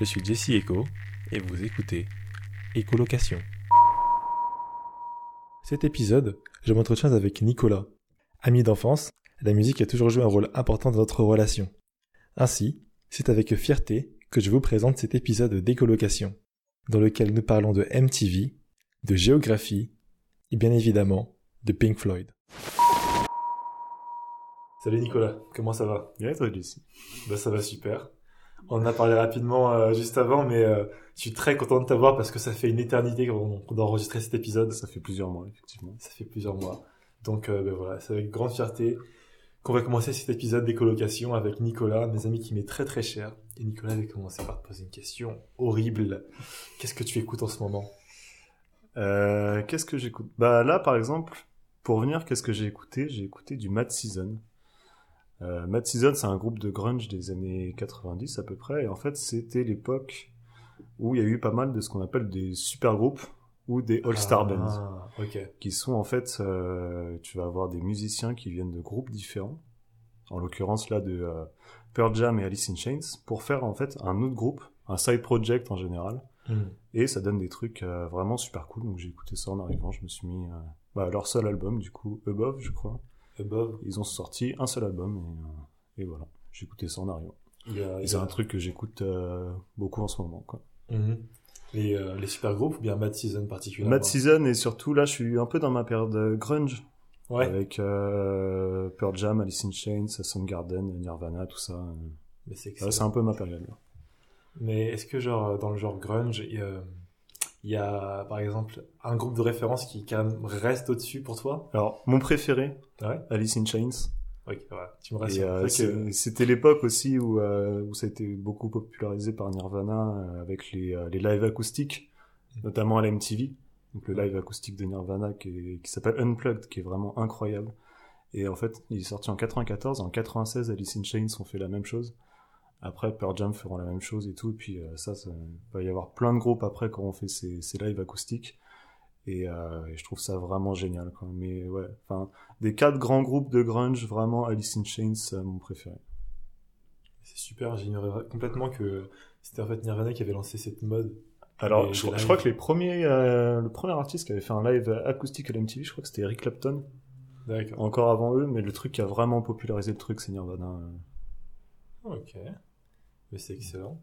je suis Jesse Echo et vous écoutez Écolocation. Cet épisode, je m'entretiens avec Nicolas. Ami d'enfance, la musique a toujours joué un rôle important dans notre relation. Ainsi, c'est avec fierté que je vous présente cet épisode d'Écolocation, dans lequel nous parlons de MTV, de géographie et bien évidemment de Pink Floyd. Salut Nicolas, comment ça va? Ouais, toi, Jesse. Ça va super. On en a parlé rapidement juste avant, mais je suis très content de t'avoir parce que ça fait une éternité qu'on doit enregistrer cet épisode. Ça fait plusieurs mois, effectivement. Ça fait plusieurs mois. Donc voilà, c'est avec grande fierté qu'on va commencer cet épisode d'écolocation avec Nicolas, mes amis qui m'est très très cher. Et Nicolas va commencer par te poser une question horrible. Qu'est-ce que tu écoutes en ce moment? Qu'est-ce que j'écoute? Là, par exemple, pour venir, qu'est-ce que j'ai écouté? J'ai écouté du Mad Season. Mad Season, c'est un groupe de grunge des années 90 à peu près. Et en fait, c'était l'époque où il y a eu pas mal de ce qu'on appelle des super groupes ou des all-star bands. Ok. Qui sont en fait, tu vas avoir des musiciens qui viennent de groupes différents. En l'occurrence là de Pearl Jam et Alice in Chains, pour faire en fait un autre groupe, un side project en général. Et ça donne des trucs vraiment super cool. Donc j'ai écouté ça en arrivant, je me suis mis leur seul album du coup, Above je crois. Above. Ils ont sorti un seul album et voilà, j'ai écouté ça en arrivant. C'est un truc que j'écoute beaucoup en ce moment quoi. Les super groupes ou bien Mad Season particulièrement? Mad Season, et surtout là je suis un peu dans ma période grunge. Ouais. Avec Pearl Jam, Alice in Chains, Soundgarden, Nirvana, tout ça. Mais c'est un peu ma période là. Mais est-ce que genre dans le genre grunge, il y a par exemple un groupe de référence qui quand même reste au-dessus pour toi? Alors mon préféré, Ouais. Alice in Chains. Ok, voilà, tu me rassures. C'était l'époque aussi où ça a été beaucoup popularisé par Nirvana avec les lives acoustiques, notamment à la MTV. Donc le live acoustique de Nirvana qui s'appelle Unplugged, qui est vraiment incroyable. Et en fait, il est sorti en 94, en 96, Alice in Chains ont fait la même chose. Après, Pearl Jam feront la même chose et tout. Et puis ça va y avoir plein de groupes après qui auront fait ces lives acoustiques. Et je trouve ça vraiment génial, quoi. Mais ouais, enfin, des 4 grands groupes de grunge, vraiment, Alice in Chains, mon préféré. C'est super, j'ignorais complètement que c'était en fait Nirvana qui avait lancé cette mode. Alors, je crois que le premier artiste qui avait fait un live acoustique à la MTV, je crois que c'était Eric Clapton. D'accord. Encore avant eux, mais le truc qui a vraiment popularisé le truc, c'est Nirvana. Ok. Mais c'est excellent.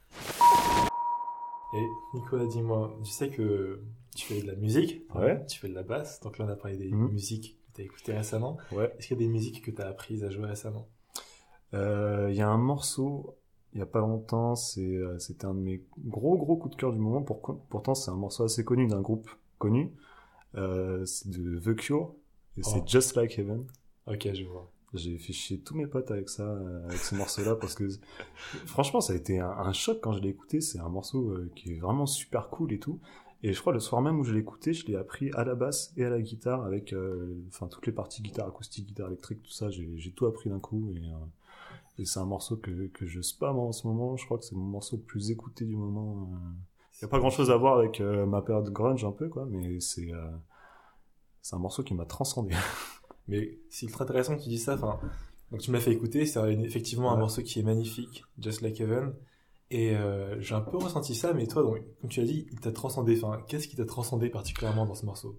Et Nicolas, dis-moi, je sais que tu fais de la musique, ouais. Tu fais de la basse, donc là on a parlé des musiques que tu as écoutées récemment. Ouais. Est-ce qu'il y a des musiques que tu as apprises à jouer récemment? Il y a un morceau, il y a pas longtemps, c'était un de mes gros coups de cœur du moment. Pourtant, c'est un morceau assez connu d'un groupe connu. C'est de The Cure, et c'est Just Like Heaven. Ok, je vois. J'ai fait chier tous mes potes avec ça, avec ce morceau-là, parce que franchement, ça a été un choc quand je l'ai écouté. C'est un morceau qui est vraiment super cool et tout. Et je crois le soir même où je l'ai écouté, je l'ai appris à la basse et à la guitare avec, toutes les parties guitare acoustique, guitare électrique, tout ça. J'ai tout appris d'un coup et c'est un morceau que je spamme en ce moment. Je crois que c'est mon morceau le plus écouté du moment. Y a pas grand-chose à voir avec ma période grunge un peu, quoi, mais c'est un morceau qui m'a transcendé. Mais c'est ultra intéressant que tu dis ça. Enfin, donc tu m'as fait écouter, c'est effectivement un morceau qui est magnifique, Just Like Heaven. Et j'ai un peu ressenti ça, mais toi, donc, comme tu as dit, il t'a transcendé. Enfin, qu'est-ce qui t'a transcendé particulièrement dans ce morceau?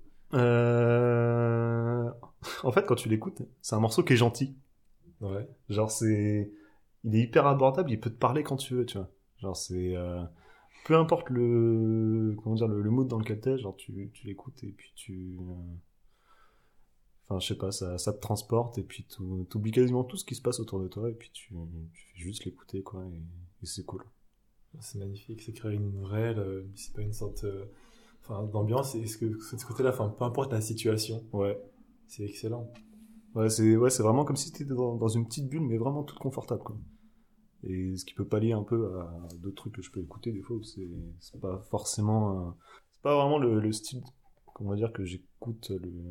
En fait, quand tu l'écoutes, c'est un morceau qui est gentil. Ouais. Genre, il est hyper abordable, il peut te parler quand tu veux, tu vois. Genre, c'est... peu importe le mood dans lequel t'es, genre, tu l'écoutes et puis tu... Enfin, je sais pas, ça te transporte et puis t'oublies quasiment tout ce qui se passe autour de toi et puis tu fais juste l'écouter, quoi, et c'est cool. C'est magnifique, c'est créer une vraie, c'est pas une sorte, d'ambiance, et ce côté-là, peu importe la situation. Ouais. C'est excellent. Ouais, c'est vraiment comme si t'étais dans une petite bulle, mais vraiment toute confortable, quoi. Et ce qui peut pallier un peu à d'autres trucs que je peux écouter des fois, c'est pas forcément, c'est pas vraiment le style, on va dire, que j'écoute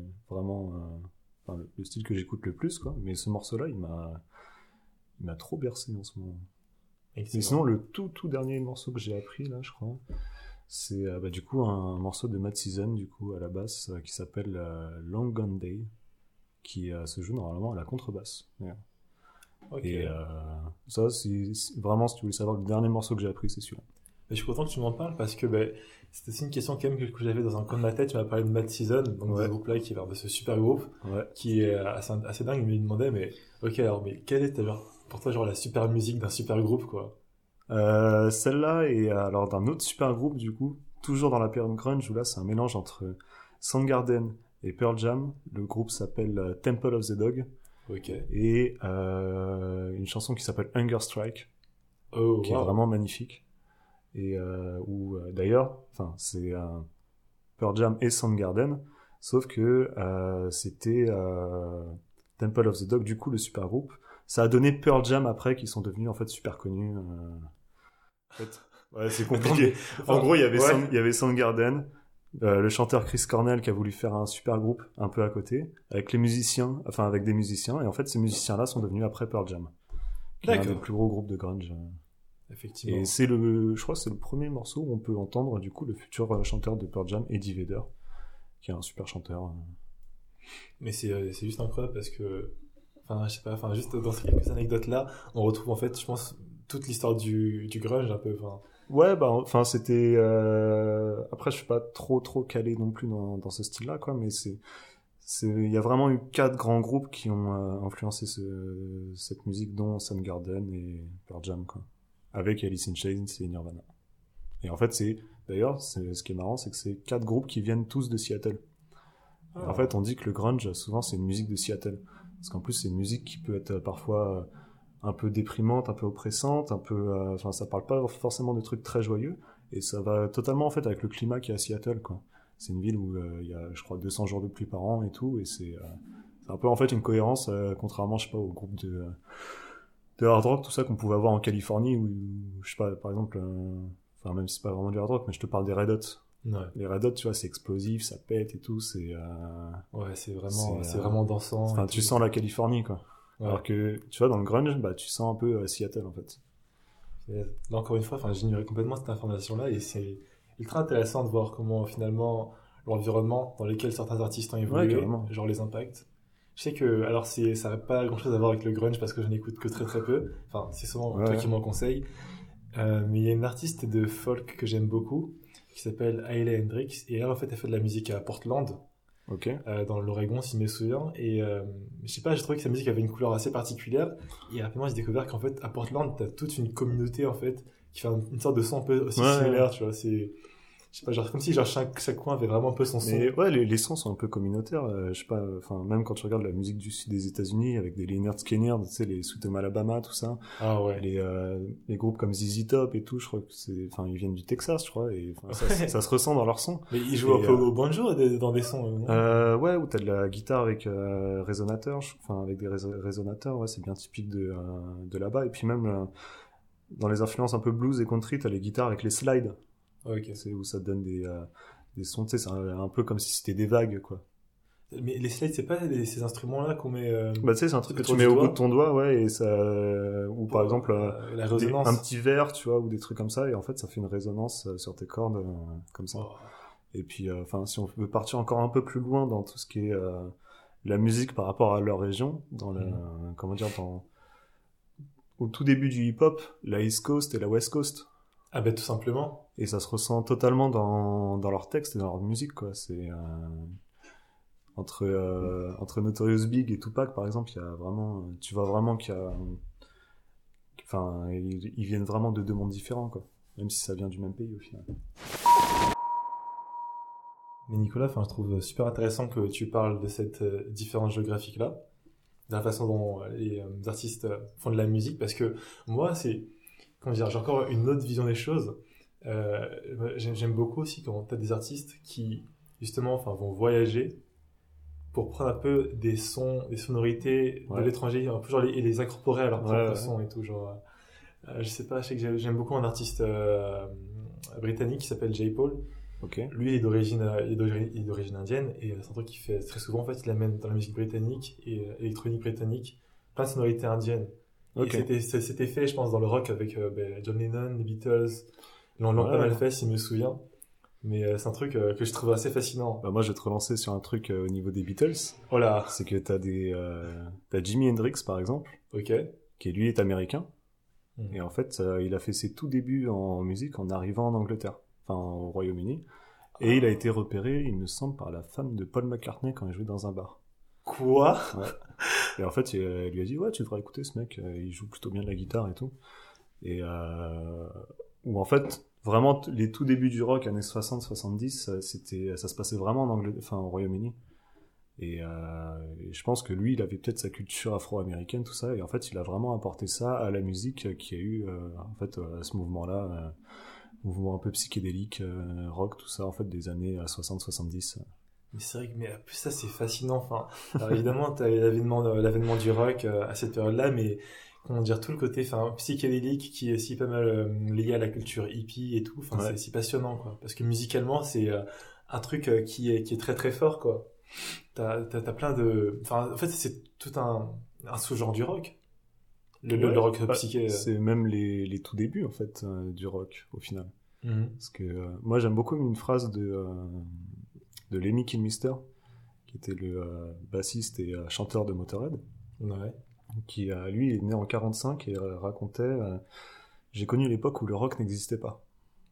le style que j'écoute le plus, quoi. Mais ce morceau-là, il m'a trop bercé en ce moment. Excellent. Et sinon, le tout dernier morceau que j'ai appris, là, je crois, c'est du coup un morceau de Mad Season, du coup, à la basse, qui s'appelle Long Gone Day, qui se joue normalement à la contrebasse. Yeah. Ok. Et ça, c'est vraiment, si tu voulais savoir, le dernier morceau que j'ai appris, c'est celui-là. Mais je suis content que tu m'en parles parce que c'était aussi une question quand même que j'avais dans un coin de ma tête. Tu m'as parlé de Mad Season, donc ce groupe-là qui est vers de ce super groupe, qui est assez dingue. Il me demandait, mais ok, alors, mais quelle est pour toi genre la super musique d'un super groupe, quoi? Celle-là et alors d'un autre super groupe du coup, toujours dans la période grunge où là c'est un mélange entre Soundgarden et Pearl Jam. Le groupe s'appelle Temple of the Dog. Ok. Et une chanson qui s'appelle Hunger Strike, qui est vraiment magnifique. Et où d'ailleurs, enfin c'est Pearl Jam et Soundgarden, sauf que c'était Temple of the Dog du coup le super groupe. Ça a donné Pearl Jam après, qui sont devenus en fait super connus. En fait, ouais, c'est compliqué. En gros, il y avait Soundgarden, le chanteur Chris Cornell qui a voulu faire un super groupe un peu à côté, avec des musiciens, et en fait ces musiciens-là sont devenus après Pearl Jam, qui est un des plus gros groupes de grunge. Effectivement. Et je crois que c'est le premier morceau où on peut entendre du coup le futur chanteur de Pearl Jam, Eddie Vedder, qui est un super chanteur. Mais c'est juste incroyable parce que, enfin je sais pas, enfin juste dans ces quelques anecdotes là, on retrouve en fait, je pense, toute l'histoire du grunge un peu. Enfin. Ouais, bah, enfin, c'était. Après, je suis pas trop calé non plus dans ce style-là, quoi, mais il y a vraiment eu 4 grands groupes qui ont influencé cette musique, dont Soundgarden et Pearl Jam, quoi. Avec Alice in Chains et Nirvana. Et en fait, d'ailleurs, ce qui est marrant, c'est que c'est 4 groupes qui viennent tous de Seattle. Et en fait, on dit que le grunge, souvent, c'est une musique de Seattle. Parce qu'en plus, c'est une musique qui peut être parfois un peu déprimante, un peu oppressante, un peu, enfin, ça parle pas forcément de trucs très joyeux, et ça va totalement en fait avec le climat qu'il y a à Seattle, quoi. C'est une ville où il y a, je crois, 200 jours de pluie par an et tout, et c'est un peu en fait une cohérence, contrairement, je sais pas, aux groupes de hard rock, tout ça qu'on pouvait avoir en Californie, où, je sais pas, par exemple, enfin même si c'est pas vraiment du hard rock, mais je te parle des Red Hot. Ouais. Les Red Hot, tu vois, c'est explosif, ça pète et tout, ouais, c'est vraiment dansant. Enfin, tu sens la Californie, quoi. Ouais. Alors que, tu vois, dans le grunge, bah, tu sens un peu Seattle, en fait. Là, encore une fois, j'ignorais complètement cette information-là, et c'est ultra intéressant de voir comment, finalement, l'environnement dans lequel certains artistes ont évolué, genre les impacts. Je sais que, alors, ça n'a pas grand-chose à voir avec le grunge, parce que je n'écoute que très très peu. Enfin, c'est souvent toi qui m'en conseille. Mais il y a une artiste de folk que j'aime beaucoup, qui s'appelle Hayley Hendrix, et elle, en fait, elle fait de la musique à Portland. Dans l'Oregon, si je me souviens, et je sais pas, j'ai trouvé que sa musique avait une couleur assez particulière, et rapidement j'ai découvert qu'en fait à Portland t'as toute une communauté en fait qui fait une sorte de son un peu aussi similaire, tu vois, je sais pas, genre comme si genre chaque coin avait vraiment un peu son son. Mais ouais, les sons sont un peu communautaires, je sais pas, enfin même quand tu regardes la musique du sud des États-Unis avec des Lynyrd Skynyrd, tu sais, les Sweet Home Alabama, tout ça. Ah ouais. Les groupes comme ZZ Top et tout, je crois que ils viennent du Texas, je crois, et ça se ressent dans leur son. Mais ils jouent un peu au banjo dans des sons. Ouais, où t'as de la guitare avec résonateur, enfin avec des résonateurs, ouais, c'est bien typique de là-bas. Et puis même dans les influences un peu blues et country, t'as les guitares avec les slides. Okay. C'est où ça te donne des sons, tu sais, c'est un peu comme si c'était des vagues, quoi. Mais les slides, c'est pas ces instruments-là qu'on met... Bah tu sais, c'est un truc que tu mets au bout de ton doigt, ouais, et ça... ou par exemple, la résonance. Un petit verre, tu vois, ou des trucs comme ça, et en fait, ça fait une résonance sur tes cordes, comme ça. Oh. Et puis, enfin, si on veut partir encore un peu plus loin dans tout ce qui est la musique par rapport à leur région, dans comment dire, au tout début du hip-hop, la East Coast et la West Coast. Ah ben tout simplement. Et ça se ressent totalement dans leurs textes et dans leur musique, quoi. C'est entre Notorious Big et Tupac, par exemple, il y a vraiment, tu vois vraiment qu'il y a, enfin, ils viennent vraiment de 2 mondes différents, quoi. Même si ça vient du même pays au final. Mais Nicolas, je trouve super intéressant que tu parles de cette différence géographique-là, de la façon dont les artistes font de la musique, parce que moi, comment dire, j'ai encore une autre vision des choses. J'aime beaucoup aussi quand tu as des artistes qui, justement, vont voyager pour prendre un peu des sons, des sonorités de l'étranger, un peu genre et les incorporer à leur propre son et tout. Genre, je sais pas, je sais que j'aime beaucoup un artiste britannique qui s'appelle J. Paul. Okay. Lui, il est d'origine indienne, et c'est un truc qu'il fait très souvent. En fait, il amène dans la musique britannique et électronique britannique plein de sonorités indiennes. Okay. Et c'était fait, je pense, dans le rock avec John Lennon, les Beatles. Ils l'ont pas mal fait, si je me souviens. Mais c'est un truc que je trouve assez fascinant. Bah moi, je vais te relancer sur un truc au niveau des Beatles. Oh là. C'est que t'as Jimi Hendrix, par exemple. Ok. Qui lui est américain. Et en fait, il a fait ses tout débuts en musique en arrivant en Angleterre, enfin au Royaume-Uni. Et il a été repéré, il me semble, par la femme de Paul McCartney quand il jouait dans un bar. Quoi? Ouais. Et en fait, elle lui a dit, ouais, tu devrais écouter ce mec, il joue plutôt bien de la guitare et tout. Et où en fait, vraiment, les tout débuts du rock, années 60-70, ça se passait vraiment au Royaume-Uni. Et je pense que lui, il avait peut-être sa culture afro-américaine, tout ça, et en fait, il a vraiment apporté ça à la musique qui a eu, en fait, à ce mouvement-là, mouvement un peu psychédélique, rock, tout ça, en fait, des années 60-70. Mais c'est vrai que, mais en plus, ça, c'est fascinant. Enfin, alors évidemment, t'as l'avènement du rock à cette période-là, mais comment dire, tout le côté, enfin, psychédélique qui est si pas mal lié à la culture hippie et tout. Enfin, Ouais. c'est si passionnant, quoi. Parce que musicalement, c'est un truc qui est très très fort, quoi. T'as plein de, enfin, en fait, c'est tout un sous-genre du rock. Le rock psyché. C'est même les tout débuts, en fait, du rock, au final. Mhm. Parce que moi, j'aime beaucoup une phrase de Lemmy Kilmister, qui était le bassiste et chanteur de Motorhead, Ouais. qui, lui, est né en 45 et racontait j'ai connu l'époque où le rock n'existait pas.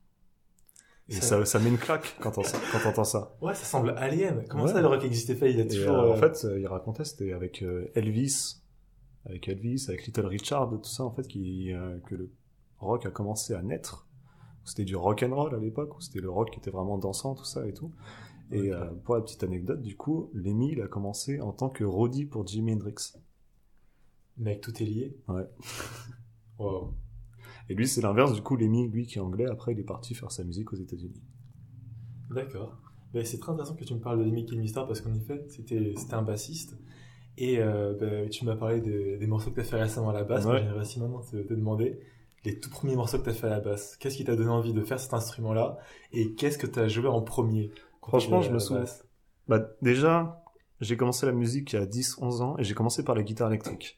Et ça met une claque quand t'entends ça. Ouais, ça semble alien. Comment Ouais. ça, le rock existait pas? Il a Et toujours. en fait, il racontait, c'était avec Elvis, avec Little Richard, tout ça, en fait, que le rock a commencé à naître. C'était du rock and roll à l'époque, où c'était le rock qui était vraiment dansant, tout ça et tout. Et Okay. pour la petite anecdote, du coup, Lemmy, il a commencé en tant que roadie pour Jimi Hendrix. Mec, tout est lié. Ouais. Wow. Et lui, c'est l'inverse, du coup, Lemmy, lui qui est anglais, après, il est parti faire sa musique aux États-Unis. D'accord. Ben, c'est très intéressant que tu me parles de Lemmy Kilmister parce qu'en effet, c'était un bassiste. Et ben, tu m'as parlé des morceaux que tu as fait récemment à la basse. Ouais. Moi, j'aimerais aussi maintenant te demander les tout premiers morceaux que tu as fait à la basse. Qu'est-ce qui t'a donné envie de faire cet instrument-là? Et qu'est-ce que tu as joué en premier quand Franchement, t'étais je à me la souviens. basse? Bah, déjà, j'ai commencé la musique il y a 10-11 ans et j'ai commencé par la guitare électrique.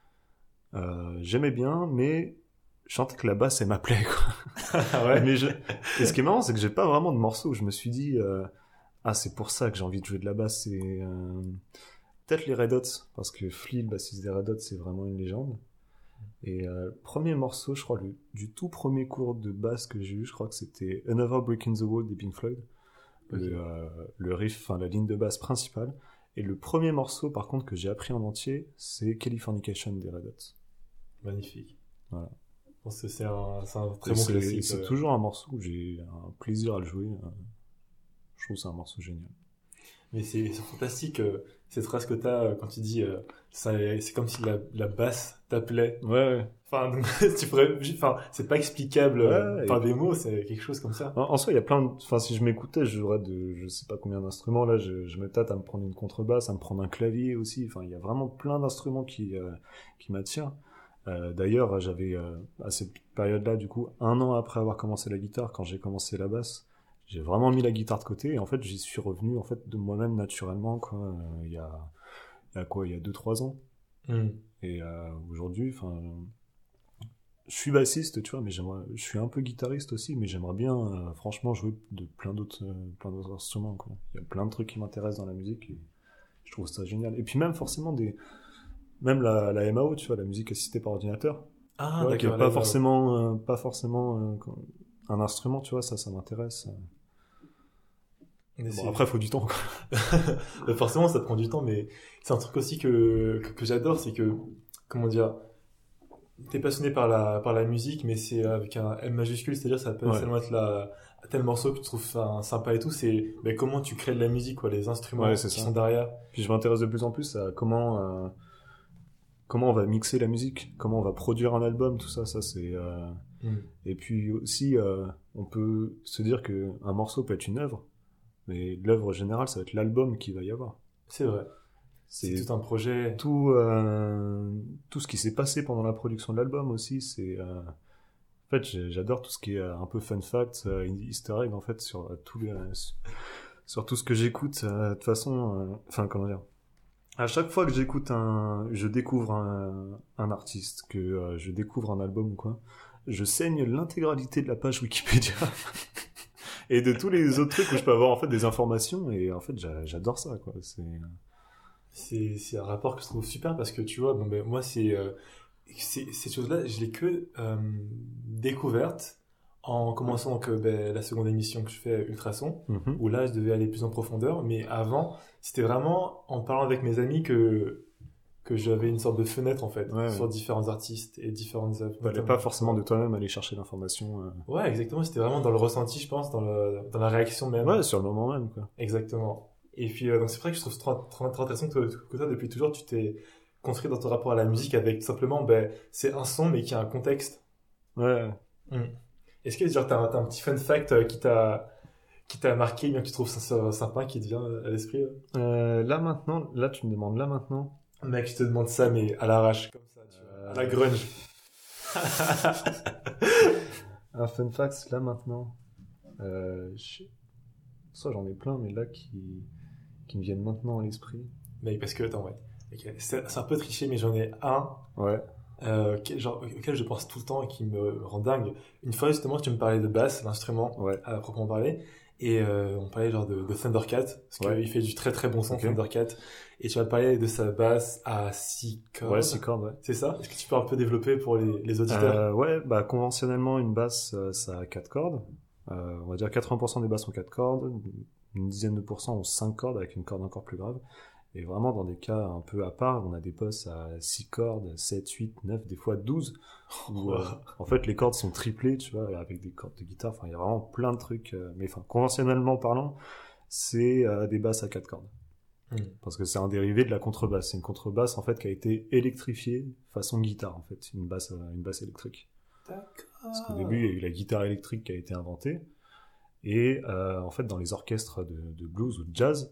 J'aimais bien, mais je sentais que la basse, elle m'appelait, quoi. Ouais. Et ce qui est marrant, c'est que j'ai pas vraiment de morceaux où je me suis dit, ah, c'est pour ça que j'ai envie de jouer de la basse. C'est peut-être les Red Hot, parce que Flea, le bassiste des Red Hot, c'est vraiment une légende. Et premier morceau, je crois, du tout premier cours de basse que j'ai eu, je crois que c'était Another Brick in the Wall des Pink Floyd. Okay. Le riff, enfin la ligne de basse principale. Et le premier morceau, par contre, que j'ai appris en entier, c'est Californication des Red Hot. Magnifique. Voilà. Je pense que c'est un très Et bon classique. c'est toujours un morceau où j'ai un plaisir à le jouer. Je trouve que c'est un morceau génial. Mais c'est fantastique, cette phrase que t'as quand tu dis c'est comme si la basse t'appelait. Ouais. Enfin, donc, c'est pas explicable par des mots, c'est quelque chose comme ça. En soi, il y a plein de... Enfin, si je m'écoutais, je jouerais je sais pas combien d'instruments. Là, je me tâte à me prendre une contrebasse, à me prendre un clavier aussi. Enfin, il y a vraiment plein d'instruments qui m'attirent. D'ailleurs, j'avais, à cette période-là, du coup, 1 an après avoir commencé la guitare, quand j'ai commencé la basse, j'ai vraiment mis la guitare de côté et en fait, j'y suis revenu en fait de moi-même naturellement, quoi. Il y a 2-3 ans. Et aujourd'hui, enfin, je suis bassiste, tu vois, mais je suis un peu guitariste aussi, mais j'aimerais bien, franchement, jouer de plein d'autres instruments, quoi. Il y a plein de trucs qui m'intéressent dans la musique et je trouve ça génial. Et puis même forcément même la MAO, tu vois, la musique assistée par ordinateur. Ah, Ouais, d'accord. qui est pas forcément un instrument, tu vois, ça m'intéresse. Bon, après, faut du temps, quoi. Forcément, ça prend du temps, mais c'est un truc aussi que j'adore, c'est que, comment dire, t'es passionné par la musique, mais c'est avec un M majuscule, c'est-à-dire ça peut seulement être tel morceau que tu trouves sympa et tout, c'est comment tu crées de la musique, quoi, les instruments qui sont derrière. Puis je m'intéresse de plus en plus à comment on va mixer la musique, comment on va produire un album, tout ça, c'est... Et puis aussi, on peut se dire qu'un morceau peut être une œuvre, mais l'œuvre générale, ça va être l'album qu'il va y avoir. C'est vrai. C'est tout un projet. Tout ce qui s'est passé pendant la production de l'album aussi, c'est... En fait, j'adore tout ce qui est un peu fun fact, easter egg, en fait, sur sur tout ce que j'écoute. De toute façon, enfin, comment dire... À chaque fois que je découvre un artiste, que je découvre un album ou quoi, je saigne l'intégralité de la page Wikipédia et de tous les autres trucs où je peux avoir en fait des informations et en fait j'adore ça, quoi. C'est un rapport que je trouve super parce que tu vois, bon, ben, moi c'est Ces choses-là, je l'ai que découverte en commençant donc, la seconde émission que je fais, Ultrason, où là, je devais aller plus en profondeur. Mais avant, c'était vraiment en parlant avec mes amis que j'avais une sorte de fenêtre, en fait, sur différents artistes et différentes œuvres. Fallait pas forcément de toi-même aller chercher l'information. Ouais, exactement. C'était vraiment dans le ressenti, je pense, dans la réaction même. Ouais, sur le moment même, quoi. Exactement. Et puis, donc c'est vrai que je trouve trop intéressant que toi, depuis toujours, tu t'es construit dans ton rapport à la musique avec tout simplement, c'est un son, mais qui a un contexte. Ouais. Est-ce que genre, t'as un petit fun fact qui t'a marqué, bien que tu trouves ça sympa, qui te vient à l'esprit? Là maintenant, tu me demandes là maintenant. Mec, je te demande ça, mais à l'arrache, comme ça, tu vois, à la grunge. Un fun fact, là maintenant. Ça, j'en ai plein, mais là qui me viennent maintenant à l'esprit. Mec, parce que, attends, ouais. Okay. C'est un peu triché, mais j'en ai un. Ouais. Auquel je pense tout le temps et qui me rend dingue. Une fois, justement, tu me parlais de basse, l'instrument, à proprement parler. Et on parlait genre de Thundercat, parce qu'il fait du très très bon son, Thundercat. Et tu vas parler de sa basse à 6 cordes. Ouais, 6 cordes, ouais. C'est ça? Est-ce que tu peux un peu développer pour les auditeurs? Ouais, conventionnellement, une basse, ça a 4 cordes. On va dire 80% des basses ont 4 cordes, une dizaine de pourcents ont 5 cordes avec une corde encore plus grave. Et vraiment, dans des cas un peu à part, on a des basses à 6 cordes, 7, 8, 9, des fois 12. Où, en fait, les cordes sont triplées, tu vois, avec des cordes de guitare. Enfin, il y a vraiment plein de trucs. Mais conventionnellement parlant, c'est des basses à 4 cordes. Parce que c'est un dérivé de la contrebasse. C'est une contrebasse, en fait, qui a été électrifiée façon guitare, en fait. Une basse électrique. D'accord. Parce qu'au début, il y a eu la guitare électrique qui a été inventée. Et en fait, dans les orchestres de blues ou de jazz,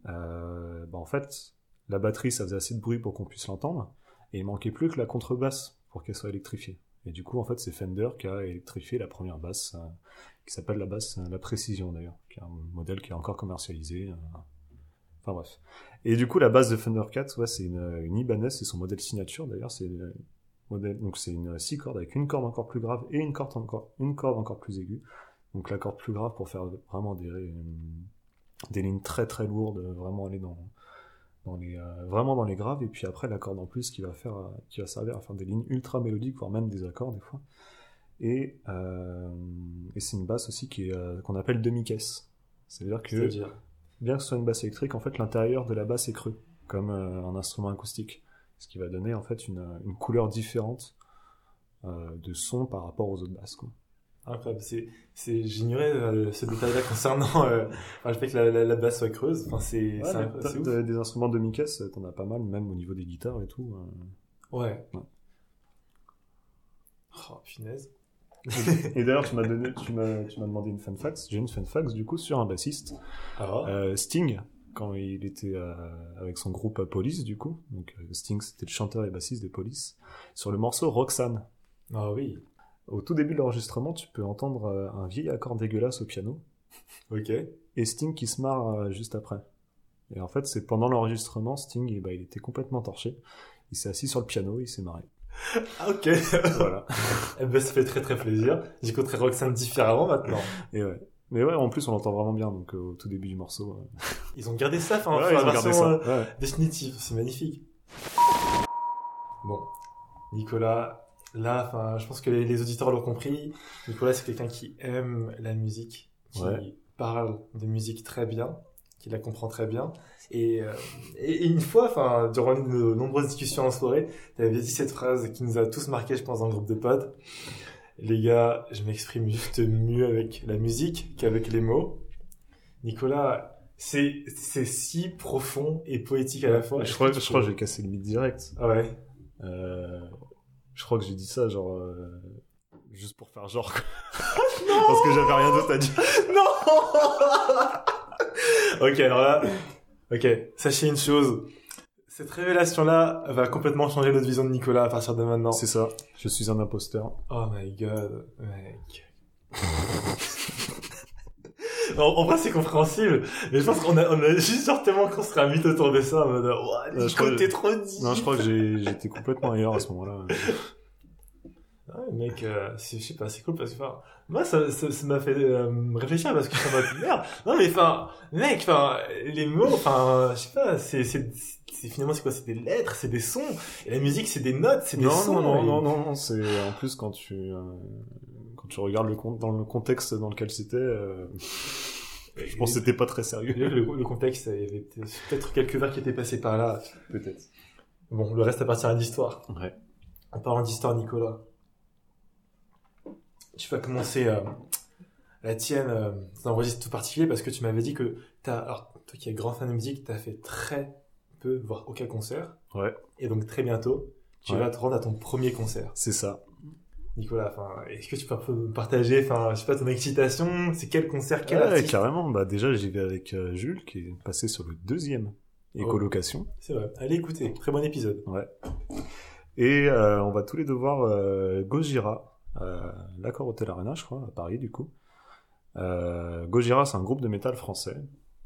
en fait, la batterie, ça faisait assez de bruit pour qu'on puisse l'entendre. Et il manquait plus que la contrebasse pour qu'elle soit électrifiée. Et du coup, en fait, c'est Fender qui a électrifié la première basse, qui s'appelle la basse, la Précision d'ailleurs, qui est un modèle qui est encore commercialisé. Enfin bref. Et du coup, la basse de Thundercat, c'est une Ibanez, c'est son modèle signature d'ailleurs. Donc c'est une 6 cordes avec une corde encore plus grave et une corde encore plus aiguë. Donc la corde plus grave pour faire vraiment des lignes très très lourdes, vraiment aller vraiment dans les graves, et puis après la corde en plus qui va servir à faire des lignes ultra mélodiques, voire même des accords des fois. Et c'est une basse aussi qu'on appelle demi-caisse. C'est-à-dire que bien que ce soit une basse électrique, en fait l'intérieur de la basse est creux, comme un instrument acoustique. Ce qui va donner en fait une couleur différente de son par rapport aux autres basses, quoi. Incroyable. J'ignorais ce détail-là concernant le fait que la basse soit creuse. Enfin, c'est ouf. Des instruments demi-caisse, t'en as pas mal, même au niveau des guitares et tout. Ouais. Oh, punaise. Et d'ailleurs, tu m'as demandé une fun fact. J'ai une fun fact du coup sur un bassiste. Sting, quand il était avec son groupe Police, du coup. Donc Sting, c'était le chanteur et bassiste des Police. Sur le morceau Roxanne. Ah oui. Au tout début de l'enregistrement, tu peux entendre un vieil accord dégueulasse au piano. Ok. Et Sting qui se marre juste après. Et en fait, c'est pendant l'enregistrement, Sting, il était complètement torché. Il s'est assis sur le piano, il s'est marré. Ah, ok. Voilà. Ça fait très très plaisir. J'écouterai Roxanne différemment maintenant. Et ouais. Mais ouais, en plus, on l'entend vraiment bien, donc au tout début du morceau. Ils ont gardé ça, la version définitive. C'est magnifique. Bon. Nicolas... Là, je pense que les auditeurs l'ont compris. Nicolas, c'est quelqu'un qui aime la musique, qui parle de musique très bien, qui la comprend très bien. Et une fois, durant nos nombreuses discussions en soirée, tu avais dit cette phrase qui nous a tous marqués, je pense, dans le groupe de potes. Les gars, je m'exprime juste mieux avec la musique qu'avec les mots. Nicolas, c'est si profond et poétique à la fois. Je crois que j'ai cassé le mythe direct. Ah ouais. Je crois que j'ai dit ça, genre, juste pour faire genre, non parce que j'avais rien d'autre à dire. Non. Ok, alors là, sachez une chose. Cette révélation-là va complètement changer notre vision de Nicolas à partir de maintenant. C'est ça. Je suis un imposteur. Oh my god, mec. En vrai, c'est compréhensible, mais je pense qu'on a juste genre tellement construit un mythe autour de ça, en mode, Nico, t'es trop dit. Non, je crois que j'étais complètement ailleurs à ce moment-là. Ouais, mec, je sais pas, c'est cool parce que, enfin, moi, ça m'a fait réfléchir parce que ça m'a dit, merde. Non, mais enfin, mec, enfin, les mots, enfin, je sais pas, finalement, c'est quoi? C'est des lettres, c'est des sons. Et la musique, c'est des notes, c'est des sons. Non, c'est, en plus, quand tu regardes dans le contexte dans lequel c'était, je pense que c'était pas très sérieux. Le contexte, il y avait peut-être quelques vers qui étaient passés par là. Peut-être. Bon, le reste appartient à l'histoire. Ouais. En parlant d'histoire, Nicolas, tu vas commencer la tienne dans un registre tout particulier parce que tu m'avais dit que alors, toi qui es grand fan de musique, t'as fait très peu, voire aucun concert. Ouais. Et donc très bientôt, tu vas te rendre à ton premier concert. C'est ça. Nicolas, enfin, est-ce que tu peux un peu me partager, enfin, je sais pas, ton excitation, c'est quel concert, quel artiste? Carrément. Bah, déjà, j'y vais avec Jules, qui est passé sur le 2e écolocation. C'est vrai. Allez écouter. Très bon épisode. Ouais. Et on va tous les deux voir Gojira, l'Accor Hotel Arena, je crois, à Paris, du coup. Gojira, c'est un groupe de métal français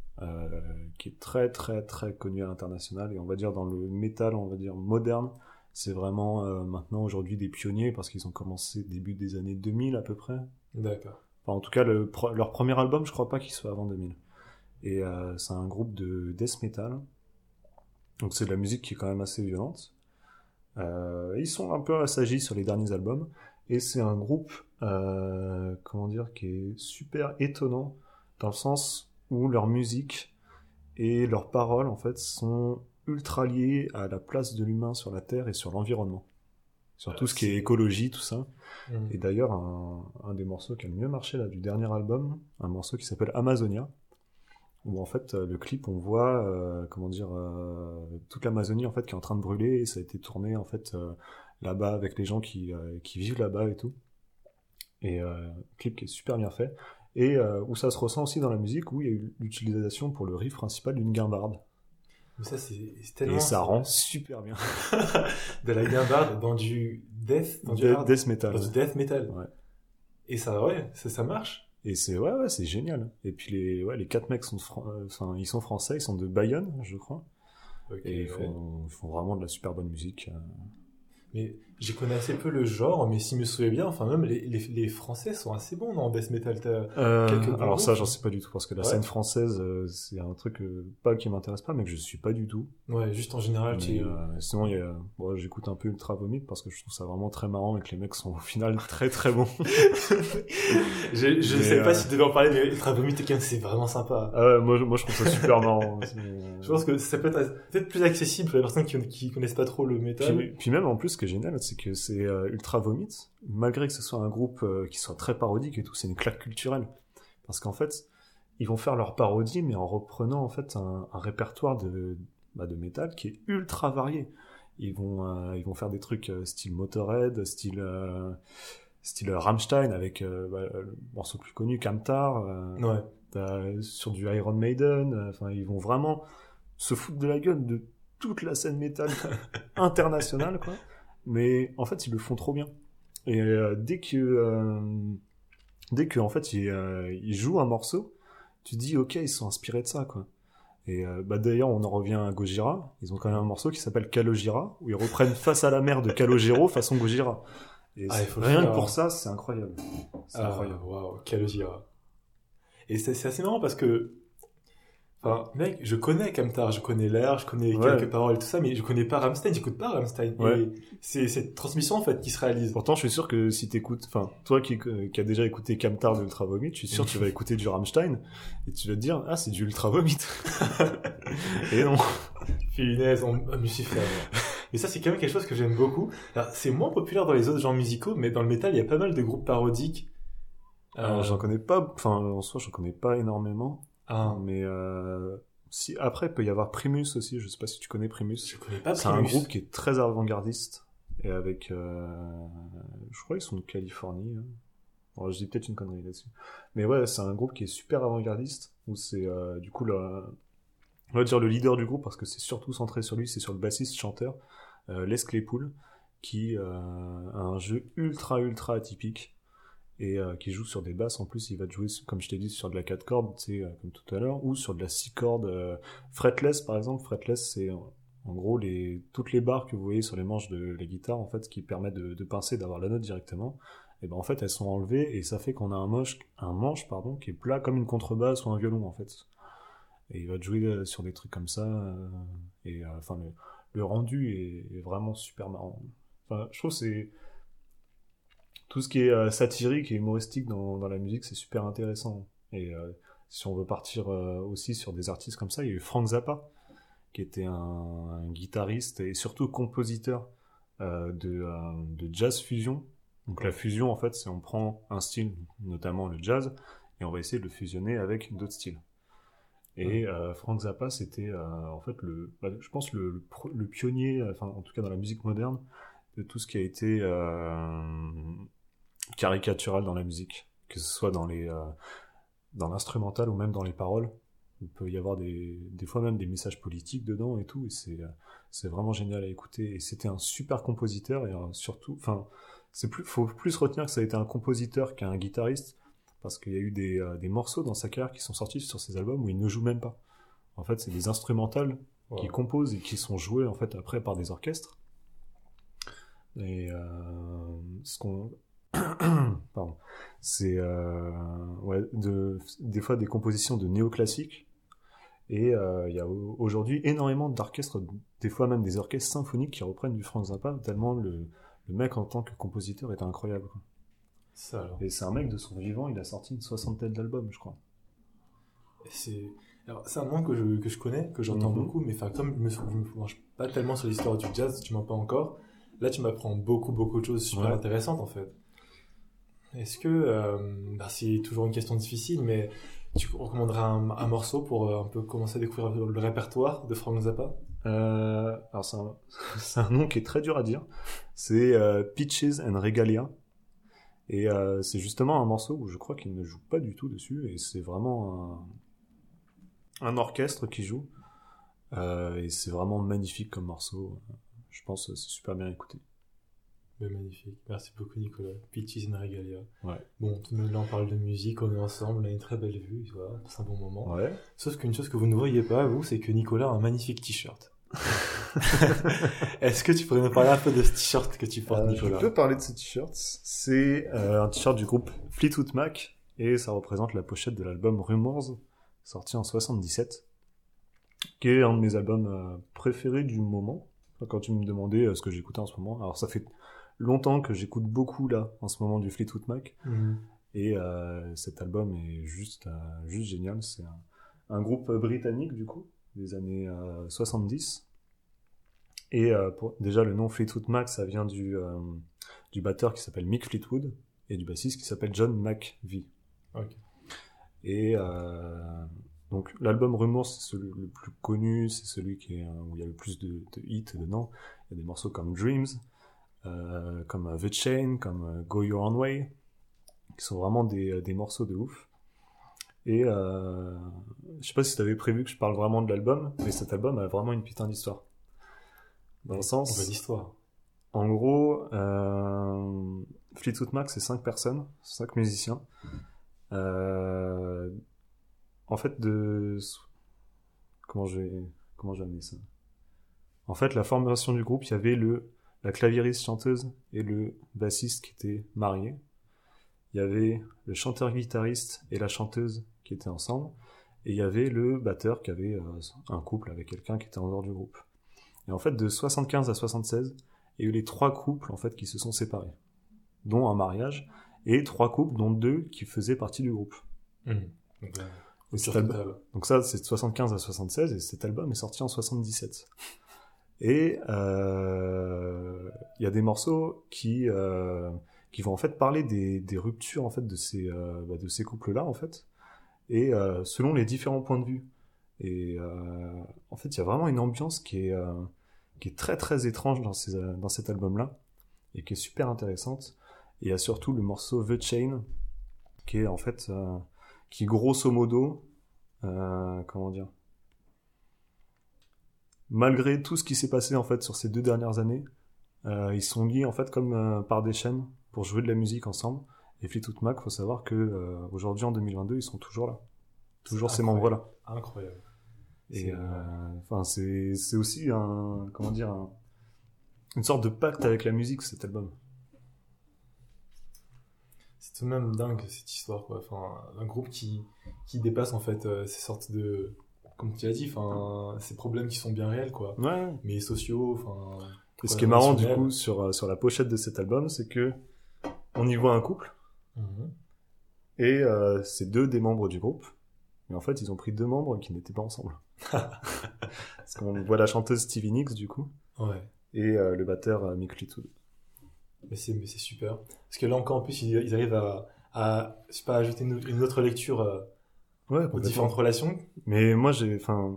qui est très, très, très connu à l'international. Et on va dire dans le métal, on va dire moderne, c'est vraiment maintenant aujourd'hui des pionniers parce qu'ils ont commencé début des années 2000 à peu près. D'accord. Enfin, en tout cas, leur premier album, je crois pas qu'il soit avant 2000. Et c'est un groupe de death metal. Donc c'est de la musique qui est quand même assez violente. Ils sont un peu assagis sur les derniers albums. Et c'est un groupe, comment dire, qui est super étonnant dans le sens où leur musique et leurs paroles, en fait, sont ultra liées à la place de l'humain sur la Terre et sur l'environnement. Sur tout ce qui est écologie, tout ça. Et d'ailleurs, un des morceaux qui a le mieux marché là, du dernier album, un morceau qui s'appelle Amazonia, où en fait le clip on voit toute l'Amazonie en fait qui est en train de brûler et ça a été tourné en fait là-bas avec les gens qui vivent là-bas et tout. Et clip qui est super bien fait et où ça se ressent aussi dans la musique où il y a eu l'utilisation pour le riff principal d'une guimbarde. Mais ça c'est tellement... Et ça rend super bien. De la guimbarde dans du death, death metal. Dans du death metal. Ouais. Et ça ça marche. Et c'est c'est génial. Et puis les 4 mecs sont ils sont français, ils sont de Bayonne, je crois. Okay, et ils font vraiment de la super bonne musique. Mais j'y connais assez peu le genre, mais si je me souviens bien, enfin même les Français sont assez bons dans death metal. Alors ça, j'en sais pas du tout parce que la scène française, c'est un truc pas qui m'intéresse pas, mais que je suis pas du tout. Ouais, juste en général. Sinon, j'écoute un peu Ultra Vomit parce que je trouve ça vraiment très marrant et que les mecs sont au final très très bons. Je sais pas si tu devais en parler, mais Ultra Vomit, c'est vraiment sympa. Moi je trouve ça super marrant. Je pense que ça peut être peut-être plus accessible pour les personnes qui connaissent pas trop le métal. Puis même en plus, ce qui est génial, c'est que c'est Ultra Vomit, malgré que ce soit un groupe qui soit très parodique et tout, c'est une claque culturelle. Parce qu'en fait, ils vont faire leur parodie, mais en reprenant en fait un répertoire de métal qui est ultra varié. Ils vont faire des trucs style Motorhead, style Rammstein avec le morceau plus connu Kamtar, sur du Iron Maiden. Enfin, ils vont vraiment se foutre de la gueule de toute la scène métal internationale, quoi. Mais en fait, ils le font trop bien. Et dès que en fait ils jouent un morceau, tu dis ok, ils sont inspirés de ça, quoi. Et d'ailleurs, on en revient à Gojira. Ils ont quand même un morceau qui s'appelle Calogero, où ils reprennent Face à la mer de Calogero façon Gojira. Et rien que pour ça, c'est incroyable. C'est incroyable. Waouh, Calogero. Et c'est assez marrant parce que, enfin, mec, je connais Kamtar, je connais l'air, je connais quelques paroles et tout ça, mais je connais pas Rammstein, j'écoute pas Rammstein. Ouais. Et c'est cette transmission, en fait, qui se réalise. Pourtant, je suis sûr que si t'écoutes, enfin, toi qui a déjà écouté Kamtar de Ultra Vomit, je suis sûr que tu vas écouter du Rammstein, et tu vas te dire, ah, c'est du Ultra Vomit. Et non. Punaise, on me suis fait avoir. Mais ça, c'est quand même quelque chose que j'aime beaucoup. Alors, c'est moins populaire dans les autres genres musicaux, mais dans le métal, il y a pas mal de groupes parodiques. Alors, j'en connais pas, enfin, en soi, j'en connais pas énormément. Mais si après il peut y avoir Primus aussi, je sais pas si tu connais Primus. Je connais pas Primus. C'est un groupe qui est très avant-gardiste et avec je crois qu'ils sont de Californie. Hein. Bon, je dis peut-être une connerie là-dessus. Mais ouais, c'est un groupe qui est super avant-gardiste où c'est du coup on va dire le leader du groupe parce que c'est surtout centré sur lui, c'est sur le bassiste chanteur Les Claypool qui a un jeu ultra atypique. Et qui joue sur des basses. En plus, il va te jouer, comme je t'ai dit, sur de la 4 cordes, tu sais, comme tout à l'heure, ou sur de la 6 cordes fretless, par exemple. Fretless, c'est En gros, toutes les barres que vous voyez sur les manches de la guitare, en fait, qui permettent de pincer, d'avoir la note directement, et ben en fait, elles sont enlevées et ça fait qu'on a un manche, pardon, qui est plat comme une contrebasse ou un violon, en fait. Et il va te jouer sur des trucs comme ça, enfin, le rendu est vraiment super marrant. Enfin, je trouve que c'est tout ce qui est satirique et humoristique dans la musique, c'est super intéressant. Et si on veut partir aussi sur des artistes comme ça, il y a eu Frank Zappa, qui était un guitariste et surtout compositeur de jazz fusion. Donc la fusion, en fait, c'est on prend un style, notamment le jazz, et on va essayer de le fusionner avec d'autres styles. Et Frank Zappa, c'était en fait je pense le pionnier, enfin en tout cas dans la musique moderne, de tout ce qui a été caricatural dans la musique, que ce soit dans l'instrumental ou même dans les paroles. Il peut y avoir des fois même des messages politiques dedans et tout, et c'est vraiment génial à écouter. Et c'était un super compositeur, et surtout, enfin, faut plus retenir que ça a été un compositeur qu'un guitariste, parce qu'il y a eu des morceaux dans sa carrière qui sont sortis sur ses albums où il ne joue même pas. En fait, c'est des instrumentales qu'il compose et qui sont joués en fait après par des orchestres. Et pardon, c'est des fois des compositions de néoclassique. Et il y a aujourd'hui énormément d'orchestres, des fois même des orchestres symphoniques qui reprennent du Frank Zappa, tellement le mec en tant que compositeur est incroyable, quoi. Ça, alors. Et c'est un mec de son vivant, il a sorti une 60aine d'albums, je crois. C'est un nom que je connais, que j'entends beaucoup, mais comme je me penche pas tellement sur l'histoire du jazz, tu m'en parles encore. Là, tu m'apprends beaucoup de choses super intéressantes, en fait. Est-ce que, c'est toujours une question difficile, mais tu recommanderais un morceau pour un peu commencer à découvrir le répertoire de Frank Zappa? Alors c'est un nom qui est très dur à dire. C'est Peaches and Regalia. Et c'est justement un morceau où je crois qu'il ne joue pas du tout dessus, et c'est vraiment un orchestre qui joue. Et c'est vraiment magnifique comme morceau. Je pense que c'est super bien écouté. Ben, magnifique. Merci beaucoup, Nicolas. Peaches and Regalia. Ouais. Bon, là on parle de musique, on est ensemble, on a une très belle vue, tu vois, c'est un bon moment. Ouais. Sauf qu'une chose que vous ne voyez pas, vous, c'est que Nicolas a un magnifique t-shirt. Est-ce que tu pourrais nous parler un peu de ce t-shirt que tu portes, Nicolas? Je peux parler de ce t-shirt. C'est un t-shirt du groupe Fleetwood Mac, et ça représente la pochette de l'album Rumors, sorti en 77, qui est un de mes albums préférés du moment. Quand tu me demandais ce que j'écoutais en ce moment, alors ça fait longtemps que j'écoute beaucoup là en ce moment du Fleetwood Mac, et cet album est juste génial. C'est un groupe britannique du coup des années 70, et déjà le nom Fleetwood Mac, ça vient du batteur qui s'appelle Mick Fleetwood et du bassiste qui s'appelle John McVie. Okay. Et donc l'album Rumors, c'est celui le plus connu, c'est celui où il y a le plus de hits dedans. Il y a des morceaux comme Dreams, comme The Chain, comme Go Your Own Way, qui sont vraiment des morceaux de ouf. Et je sais pas si t'avais prévu que je parle vraiment de l'album, mais cet album a vraiment une putain d'histoire. Dans le sens... On veut l'histoire. En gros, Fleetwood Mac, c'est 5 personnes, 5 musiciens. En fait, comment je vais amener ça? En fait, la formation du groupe, il y avait la claviériste chanteuse et le bassiste qui étaient mariés. Il y avait le chanteur-guitariste et la chanteuse qui étaient ensemble. Et il y avait le batteur qui avait un couple avec quelqu'un qui était en dehors du groupe. Et en fait, de 75 à 76, il y a eu les 3 couples en fait qui se sont séparés, dont un mariage, et 3 couples, dont 2 qui faisaient partie du groupe. Donc ça, c'est de 75 à 76, et cet album est sorti en 77. Et il y a des morceaux qui vont en fait parler des ruptures en fait de ces couples-là en fait, et selon les différents points de vue. Et en fait, il y a vraiment une ambiance qui est très très étrange dans cet album-là, et qui est super intéressante. Et il y a surtout le morceau The Chain, qui est en fait qui grosso modo, comment dire, malgré tout ce qui s'est passé en fait sur ces 2 dernières années, ils sont liés en fait comme par des chaînes pour jouer de la musique ensemble. Et Fleetwood Mac, faut savoir que aujourd'hui en 2022, ils sont toujours là, toujours ces membres-là. Incroyable. Et enfin c'est aussi une sorte de pacte avec la musique, cet album. C'est tout de même dingue cette histoire, quoi. Enfin, un groupe qui dépasse en fait ces sortes de, comme tu as dit, enfin, ces problèmes qui sont bien réels, quoi. Ouais. Mais sociaux, enfin. Et ce qui est marrant du coup sur la pochette de cet album, c'est que on y voit un couple et c'est deux des membres du groupe. Mais en fait, ils ont pris deux membres qui n'étaient pas ensemble. Parce qu'on voit la chanteuse Stevie Nicks du coup. Ouais. Et le batteur Mick Fleetwood. Mais c'est super. Parce que là encore, en plus, ils arrivent à je sais pas, ajouter une autre lecture aux différentes relations. Mais moi, j'ai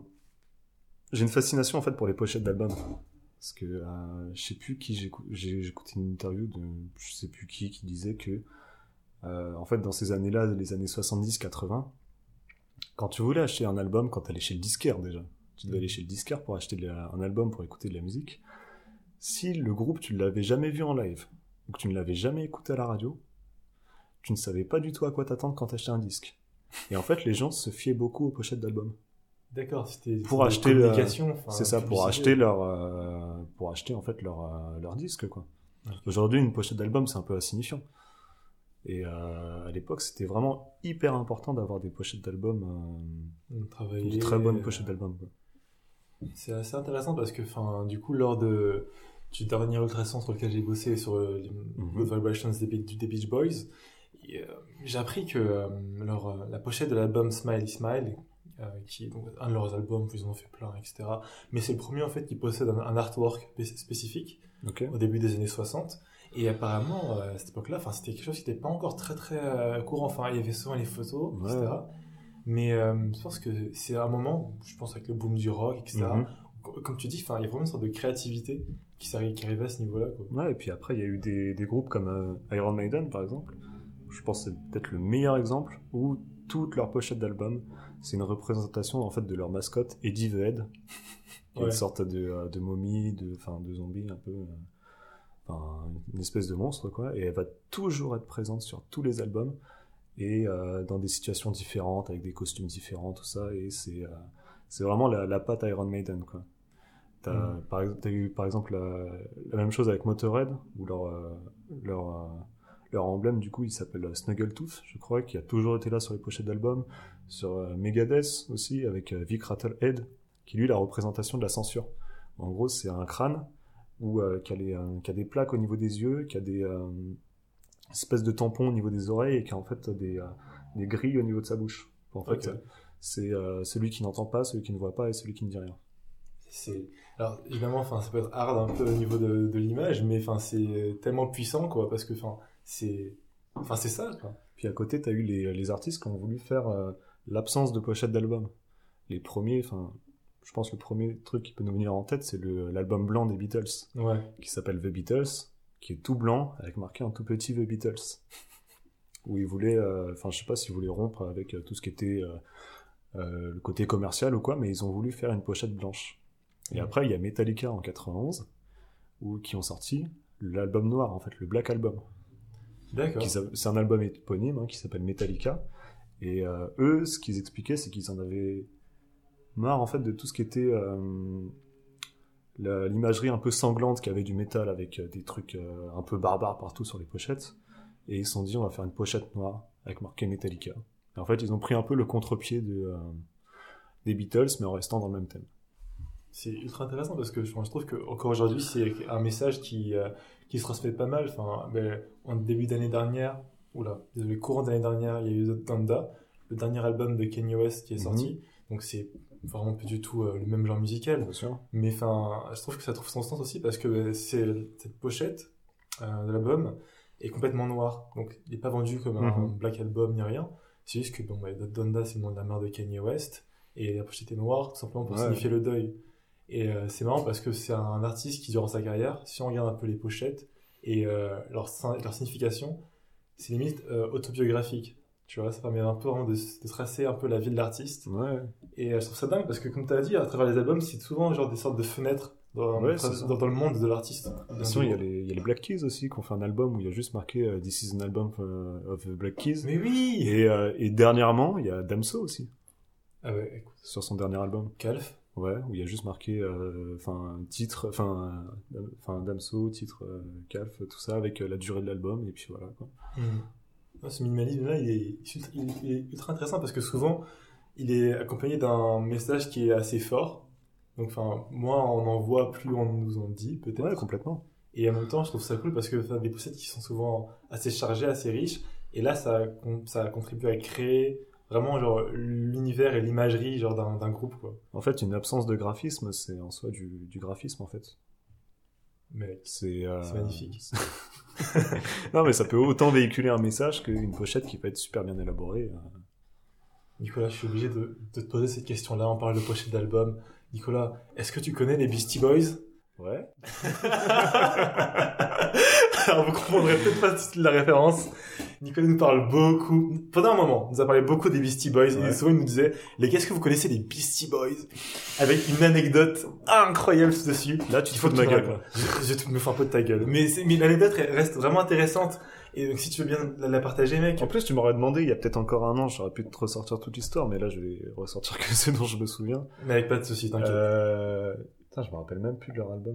une fascination en fait pour les pochettes d'albums. Parce que je sais plus qui j'ai écouté une interview de je sais plus qui disait que en fait dans ces années-là, les années 70-80, quand tu voulais acheter un album, quand t'allais chez le disquaire déjà, tu devais aller chez le disquaire pour acheter un album pour écouter de la musique. Si le groupe tu l'avais jamais vu en live ou que tu ne l'avais jamais écouté à la radio, tu ne savais pas du tout à quoi t'attendre quand t'achetais un disque. Et en fait, les gens se fiaient beaucoup aux pochettes d'albums. D'accord, c'était pour acheter communication. C'est ça, pour acheter en fait leur disque quoi. Okay. Aujourd'hui, une pochette d'album c'est un peu insignifiant. Et à l'époque, c'était vraiment hyper important d'avoir des pochettes d'album, de très bonnes pochettes d'album. Quoi. C'est assez intéressant parce que, du coup, lors du dernier ultrason sur lequel j'ai bossé sur Good Vibrations des Beach Boys, j'ai appris que la pochette de l'album Smiley Smile, qui est donc un de leurs albums, ils en ont fait plein, etc. Mais c'est le premier en fait qui possède un artwork spécifique au début des années 60. Et apparemment, à cette époque-là, c'était quelque chose qui n'était pas encore très très courant. Enfin, il y avait souvent les photos, etc. Mais je pense que c'est un moment, je pense avec le boom du rock, etc. Comme tu dis, il y a vraiment une sorte de créativité qui arrivait à ce niveau-là. Quoi. Ouais, et puis après, il y a eu des groupes comme Iron Maiden, par exemple. Je pense que c'est peut-être le meilleur exemple où toutes leurs pochettes d'albums, c'est une représentation en fait de leur mascotte Eddie the Head, qui est une sorte de momie, de zombie un peu, une espèce de monstre quoi. Et elle va toujours être présente sur tous les albums et dans des situations différentes, avec des costumes différents, tout ça. Et c'est vraiment la patte Iron Maiden quoi. T'as eu par exemple la même chose avec Motorhead où leur emblème, du coup, il s'appelle Snaggletooth, je crois, qui a toujours été là sur les pochettes d'albums. Sur Megadeth aussi, avec Vic Rattlehead, qui lui, la représentation de la censure. En gros, c'est un crâne qui a des plaques au niveau des yeux, qui a des espèces de tampons au niveau des oreilles et qui a en fait des grilles au niveau de sa bouche. En fait, c'est celui qui n'entend pas, celui qui ne voit pas et celui qui ne dit rien. Alors évidemment, ça peut être hard un peu au niveau de l'image, mais c'est tellement puissant quoi, parce que c'est ça quoi. Puis à côté, t'as eu les artistes qui ont voulu faire l'absence de pochette d'album. Les premiers, je pense que le premier truc qui peut nous venir en tête, c'est l'album blanc des Beatles, qui s'appelle The Beatles, qui est tout blanc avec marqué en tout petit The Beatles, où ils voulaient, je sais pas s'ils voulaient rompre avec tout ce qui était le côté commercial ou quoi, mais ils ont voulu faire une pochette blanche. Et après, il y a Metallica en 91, qui ont sorti l'album noir, en fait, le Black Album. D'accord. C'est un album éponyme qui s'appelle Metallica. Et eux, ce qu'ils expliquaient, c'est qu'ils en avaient marre, en fait, de tout ce qui était l'imagerie un peu sanglante qu'il y avait du métal, avec des trucs un peu barbares partout sur les pochettes. Et ils se sont dit, on va faire une pochette noire, avec marqué Metallica. Et en fait, ils ont pris un peu le contre-pied des Beatles, mais en restant dans le même thème. C'est ultra intéressant parce que je trouve qu'encore aujourd'hui, c'est un message qui se transmet pas mal. En début d'année dernière, courant d'année dernière, il y a eu Donda, le dernier album de Kanye West qui est sorti. Donc c'est vraiment plus du tout le même genre musical. Bien sûr. Mais je trouve que ça trouve son sens aussi parce que cette pochette de l'album est complètement noire. Donc il n'est pas vendu comme un Black Album ni rien. C'est juste que Donda, c'est le nom de la mère de Kanye West. Et la pochette est noire, tout simplement pour signifier le deuil. Et c'est marrant parce que c'est un artiste qui, durant sa carrière, si on regarde un peu les pochettes et leur signification, c'est limite autobiographique. Tu vois, ça permet un peu de tracer un peu la vie de l'artiste. Ouais. Et je trouve ça dingue parce que, comme tu as dit, à travers les albums, c'est souvent genre des sortes de fenêtres dans le monde de l'artiste. Sinon, il y a les Black Keys aussi qui ont fait un album où il y a juste marqué This is an album of the Black Keys. Mais oui! Et dernièrement, il y a Damso aussi. Ah ouais, écoute. Sur son dernier album. Calf. Ouais, où il y a juste marqué, titre, Damso, titre, Calf, tout ça, avec la durée de l'album, et puis voilà, quoi. Ce minimalisme-là, il est ultra intéressant parce que souvent, il est accompagné d'un message qui est assez fort. Donc, enfin, moins on en voit, plus on nous en dit, peut-être. Ouais, complètement. Et en même temps, je trouve ça cool parce que t'as des pochettes qui sont souvent assez chargées, assez riches. Et là, ça contribue à créer vraiment genre l'univers et l'imagerie genre d'un groupe, quoi. En fait, une absence de graphisme, c'est en soi du graphisme, en fait. Mec, c'est magnifique. Non, mais ça peut autant véhiculer un message qu'une pochette qui peut être super bien élaborée. Nicolas, je suis obligé de te poser cette question-là. On parle de pochette d'album. Nicolas, est-ce que tu connais les Beastie Boys? Ouais. Alors vous comprendrez peut-être pas la référence. Nicolas nous parle beaucoup, pendant un moment, il nous a parlé beaucoup des Beastie Boys, ouais. Et souvent il nous disait, les gars, est-ce que vous connaissez les Beastie Boys? Avec une anecdote incroyable dessus. Là, tu te fous de ma gueule, quoi. Je me fous un peu de ta gueule. Mais l'anecdote reste vraiment intéressante. Et donc si tu veux bien la partager, mec. En plus, tu m'aurais demandé, il y a peut-être encore un an, j'aurais pu te ressortir toute l'histoire, mais là, je vais ressortir que ce dont je me souviens. Mais avec pas de soucis, t'inquiète. Putain, je me rappelle même plus de leur album.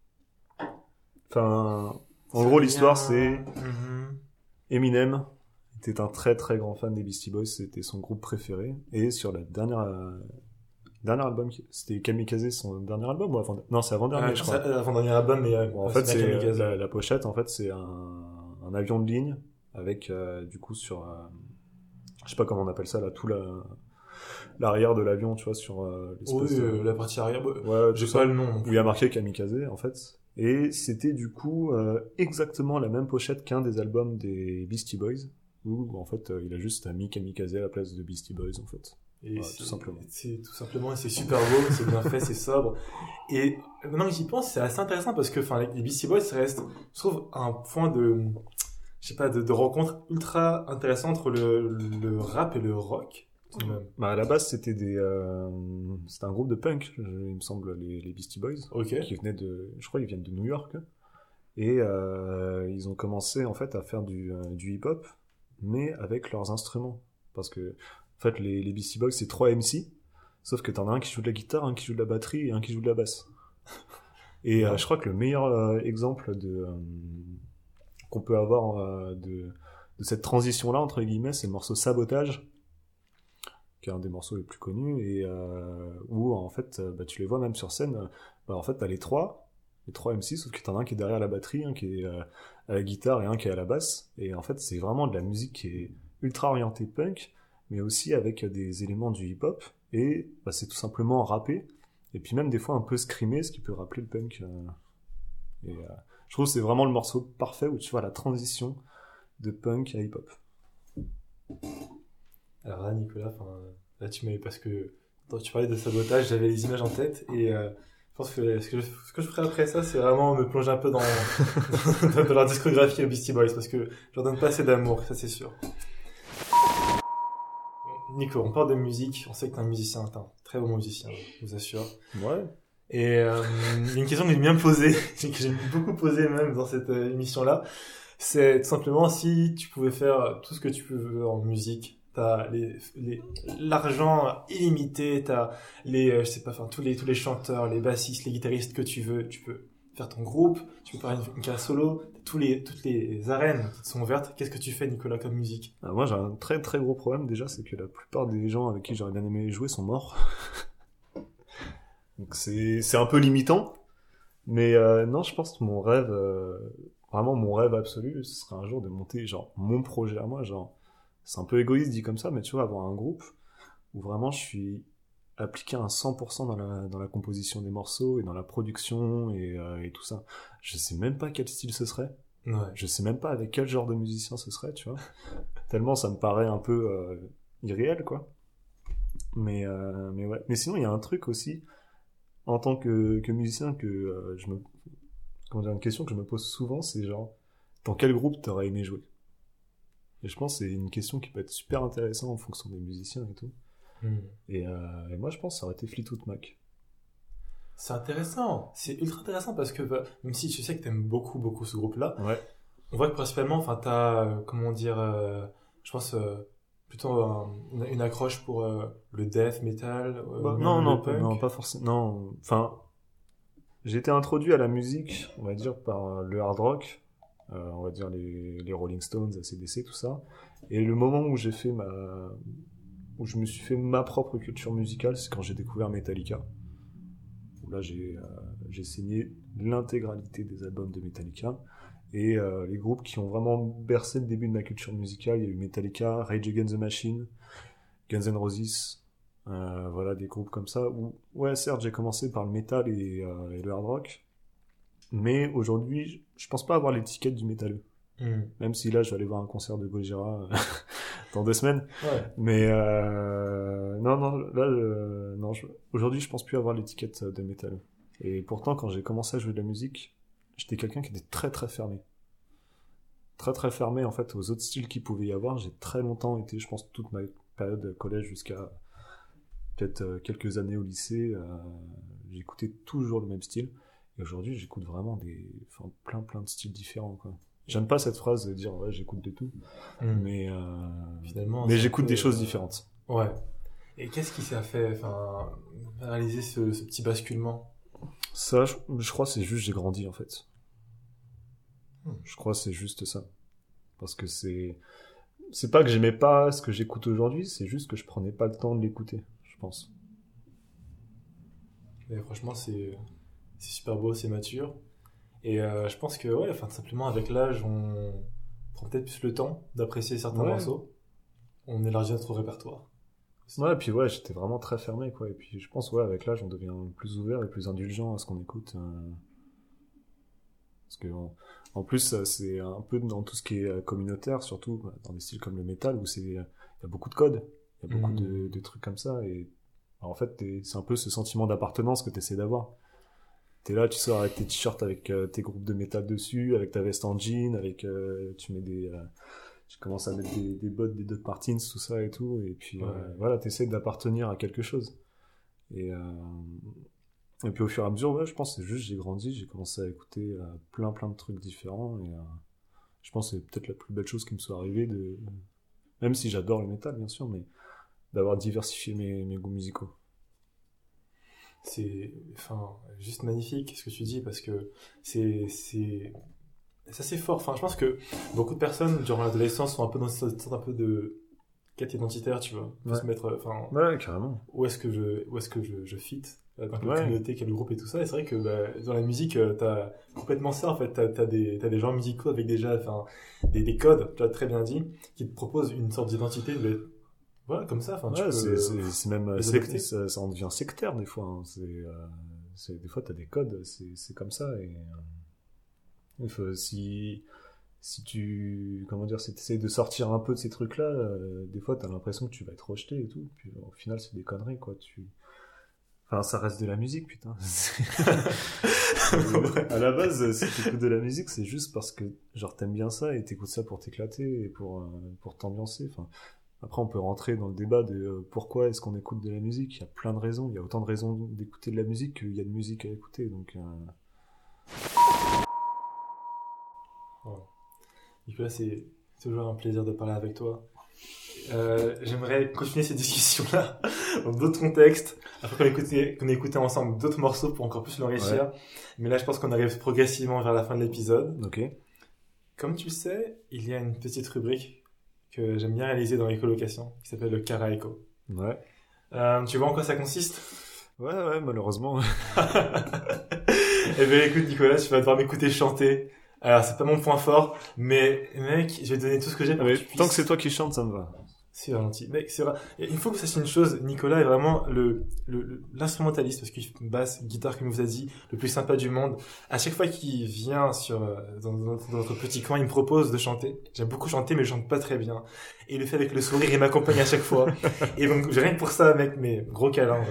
Enfin, en gros, l'histoire, c'est Eminem était un très très grand fan des Beastie Boys, c'était son groupe préféré, et sur la dernier album, c'était Kamikaze, son dernier album ou avant? Non, c'est avant-dernier, je crois. Avant-dernier album, mais bon, en fait, c'est la pochette, en fait, c'est un avion de ligne avec du coup sur je sais pas comment on appelle ça là, tout l'arrière de l'avion, tu vois, sur l'espèce de... la partie arrière, ouais, j'ai pas le nom, où il y a marqué Kamikaze en fait, et c'était du coup exactement la même pochette qu'un des albums des Beastie Boys, où en fait il a juste mis Kamikaze à la place de Beastie Boys en fait. Et voilà, tout simplement. C'est tout simplement, c'est super beau, c'est bien fait, c'est sobre. Et maintenant que j'y pense, c'est assez intéressant parce que, enfin, les Beastie Boys, ça reste, je trouve, un point de, je sais pas, de rencontre ultra intéressant entre le rap et le rock. Bah, à la base, c'était c'était un groupe de punk, il me semble, les Beastie Boys. Ok. Qui venaient je crois, ils viennent de New York. Et, ils ont commencé, en fait, à faire du hip-hop, mais avec leurs instruments. Parce que, en fait, les Beastie Boys, c'est 3 MC, sauf que t'en as un qui joue de la guitare, un qui joue de la batterie et un qui joue de la basse. Et je crois que le meilleur exemple qu'on peut avoir de cette transition-là, entre guillemets, c'est le morceau Sabotage, qui est un des morceaux les plus connus, et où, en fait, tu les vois même sur scène, en fait, t'as les trois MC, sauf que t'en as un qui est derrière la batterie, un qui est à la guitare et un qui est à la basse, et en fait, c'est vraiment de la musique qui est ultra orientée punk, mais aussi avec des éléments du hip-hop, et c'est tout simplement rappé, et puis même des fois un peu screamé, ce qui peut rappeler le punk. Et je trouve que c'est vraiment le morceau parfait où tu vois la transition de punk à hip-hop. Alors là, Nicolas, là tu m'avais, parce que quand tu parlais de Sabotage, j'avais les images en tête, et je pense que ce que je ferai après ça, c'est vraiment me plonger un peu dans leur discographie aux Beastie Boys, parce que je leur donne pas assez d'amour, ça c'est sûr. Nico, on parle de musique, on sait que t'es un musicien, t'es un très bon musicien, je vous assure. Ouais. Et il y a une question que j'ai bien posée, que j'ai beaucoup posée même dans cette émission-là, c'est tout simplement si tu pouvais faire tout ce que tu veux en musique, t'as l'argent illimité, t'as je sais pas, tous les chanteurs, les bassistes, les guitaristes que tu veux, tu peux faire ton groupe, tu peux faire une carrière solo, toutes les arènes qui sont ouvertes. Qu'est-ce que tu fais, Nicolas, comme musique? Alors moi, j'ai un très très gros problème déjà, c'est que la plupart des gens avec qui j'aurais bien aimé jouer sont morts. Donc c'est un peu limitant, mais non, je pense que mon rêve, vraiment mon rêve absolu, ce serait un jour de monter genre mon projet à moi, genre c'est un peu égoïste dit comme ça, mais tu vois, avoir un groupe où vraiment je suis appliqué à 100% dans la composition des morceaux et dans la production et tout ça. Je sais même pas quel style ce serait. Ouais. Je sais même pas avec quel genre de musicien ce serait, tu vois. Tellement ça me paraît un peu irréel, quoi. Mais ouais. Mais sinon, il y a un truc aussi, en tant que musicien, que une question que je me pose souvent, c'est genre, dans quel groupe t'aurais aimé jouer? Et je pense que c'est une question qui peut être super intéressante en fonction des musiciens et tout. Et moi, je pense que ça aurait été Fleetwood Mac. C'est intéressant. C'est ultra intéressant parce que, même si tu sais que t'aimes beaucoup, beaucoup ce groupe-là, ouais. On voit que principalement, t'as, comment dire, je pense, plutôt une accroche pour le death metal non, pas forcément. Non, enfin, j'ai été introduit à la musique, on va dire, par le hard rock, on va dire les Rolling Stones, AC/DC, tout ça. Et le moment où où je me suis fait ma propre culture musicale, c'est quand j'ai découvert Metallica. Où là, j'ai saigné l'intégralité des albums de Metallica. Et les groupes qui ont vraiment bercé le début de ma culture musicale, il y a eu Metallica, Rage Against the Machine, Guns N' Roses, voilà, des groupes comme ça, où, ouais, certes, j'ai commencé par le metal et le hard rock, mais aujourd'hui, je pense pas avoir l'étiquette du métalleux. Même si là, je vais aller voir un concert de Gojira dans 2 semaines. Ouais. Mais non, là, aujourd'hui, je pense plus avoir l'étiquette de métalleux. Et pourtant, quand j'ai commencé à jouer de la musique, j'étais quelqu'un qui était très très fermé. Très très fermé en fait aux autres styles qu'il pouvait y avoir. J'ai très longtemps été, je pense, toute ma période collège jusqu'à peut-être quelques années au lycée, j'écoutais toujours le même style. Et aujourd'hui, j'écoute vraiment plein de styles différents, quoi. J'aime pas cette phrase de dire ouais, j'écoute de tout, mais finalement, mais j'écoute des choses différentes. Ouais. Et qu'est-ce qui s'est fait, réaliser ce petit basculement? Ça, je crois, c'est juste j'ai grandi en fait. Je crois que c'est juste ça. Parce que c'est pas que j'aimais pas ce que j'écoute aujourd'hui, c'est juste que je prenais pas le temps de l'écouter, je pense. Et franchement, c'est super beau, c'est mature. Et je pense que, ouais, simplement avec l'âge, on prend peut-être plus le temps d'apprécier certains morceaux. On élargit notre répertoire. Ouais, et puis ouais, j'étais vraiment très fermé, quoi. Et puis je pense, ouais, avec l'âge, on devient plus ouvert et plus indulgent à ce qu'on écoute. Parce que, en plus, c'est un peu dans tout ce qui est communautaire, surtout dans des styles comme le métal, où il y a beaucoup de codes, il y a beaucoup de trucs comme ça. Et en fait, c'est un peu ce sentiment d'appartenance que tu essaies d'avoir. T'es là, tu sors avec tes t-shirts avec tes groupes de métal dessus, avec ta veste en jean, avec tu commences à mettre des bottes, des Doc Martens, tout ça et tout, et puis voilà, t'essaies d'appartenir à quelque chose. Et puis au fur et à mesure, ouais, je pense que c'est juste j'ai grandi, j'ai commencé à écouter plein de trucs différents, et je pense que c'est peut-être la plus belle chose qui me soit arrivée, même si j'adore le métal bien sûr, mais d'avoir diversifié mes goûts musicaux. C'est juste magnifique ce que tu dis, parce que c'est assez fort. Je pense que beaucoup de personnes durant l'adolescence sont un peu dans cette sorte un peu de quête identitaire, tu vois. Faut se mettre, ouais, carrément. Où est-ce que je fit dans quelle communauté, quel groupe et tout ça. Et c'est vrai que dans la musique, t'as complètement ça en fait. T'as des genres musicaux avec déjà des codes, tu as très bien dit, qui te proposent une sorte d'identité. Voilà, comme ça. C'est même ça en devient sectaire des fois. Hein. Des fois t'as des codes, c'est comme ça. Et si tu essayes de sortir un peu de ces trucs-là, des fois t'as l'impression que tu vas être rejeté et tout. Puis au final c'est des conneries, quoi. Ça reste de la musique, putain. À la base, si t'écoutes de la musique, c'est juste parce que genre t'aimes bien ça et t'écoutes ça pour t'éclater et pour t'ambiancer. Après, on peut rentrer dans le débat de pourquoi est-ce qu'on écoute de la musique. Il y a plein de raisons. Il y a autant de raisons d'écouter de la musique qu'il y a de musique à écouter. Donc, Nicolas, c'est toujours un plaisir de parler avec toi. J'aimerais continuer cette discussion-là dans d'autres contextes, après qu'on ait écouté ensemble d'autres morceaux pour encore plus l'enrichir. Ouais. Mais là, je pense qu'on arrive progressivement vers la fin de l'épisode. Ok. Comme tu le sais, il y a une petite rubrique que j'aime bien réaliser dans les colocations, qui s'appelle le Karaeko. Ouais. Tu vois en quoi ça consiste? Ouais, malheureusement. Eh bien, écoute, Nicolas, tu vas devoir m'écouter chanter. Alors, c'est pas mon point fort, mais mec, je vais te donner tout ce que j'ai pour que tu puisses... Tant que c'est toi qui chantes, ça me va. C'est gentil. Mec, c'est vrai. Et il faut que ça sache une chose, Nicolas est vraiment l'instrumentaliste, parce qu'il basse, guitare, comme il vous a dit, le plus sympa du monde. À chaque fois qu'il vient dans notre petit coin, il me propose de chanter. J'aime beaucoup chanter, mais je chante pas très bien. Et il le fait avec le sourire, il m'accompagne à chaque fois. Et donc, j'ai rien que pour ça, mec, mais gros câlin.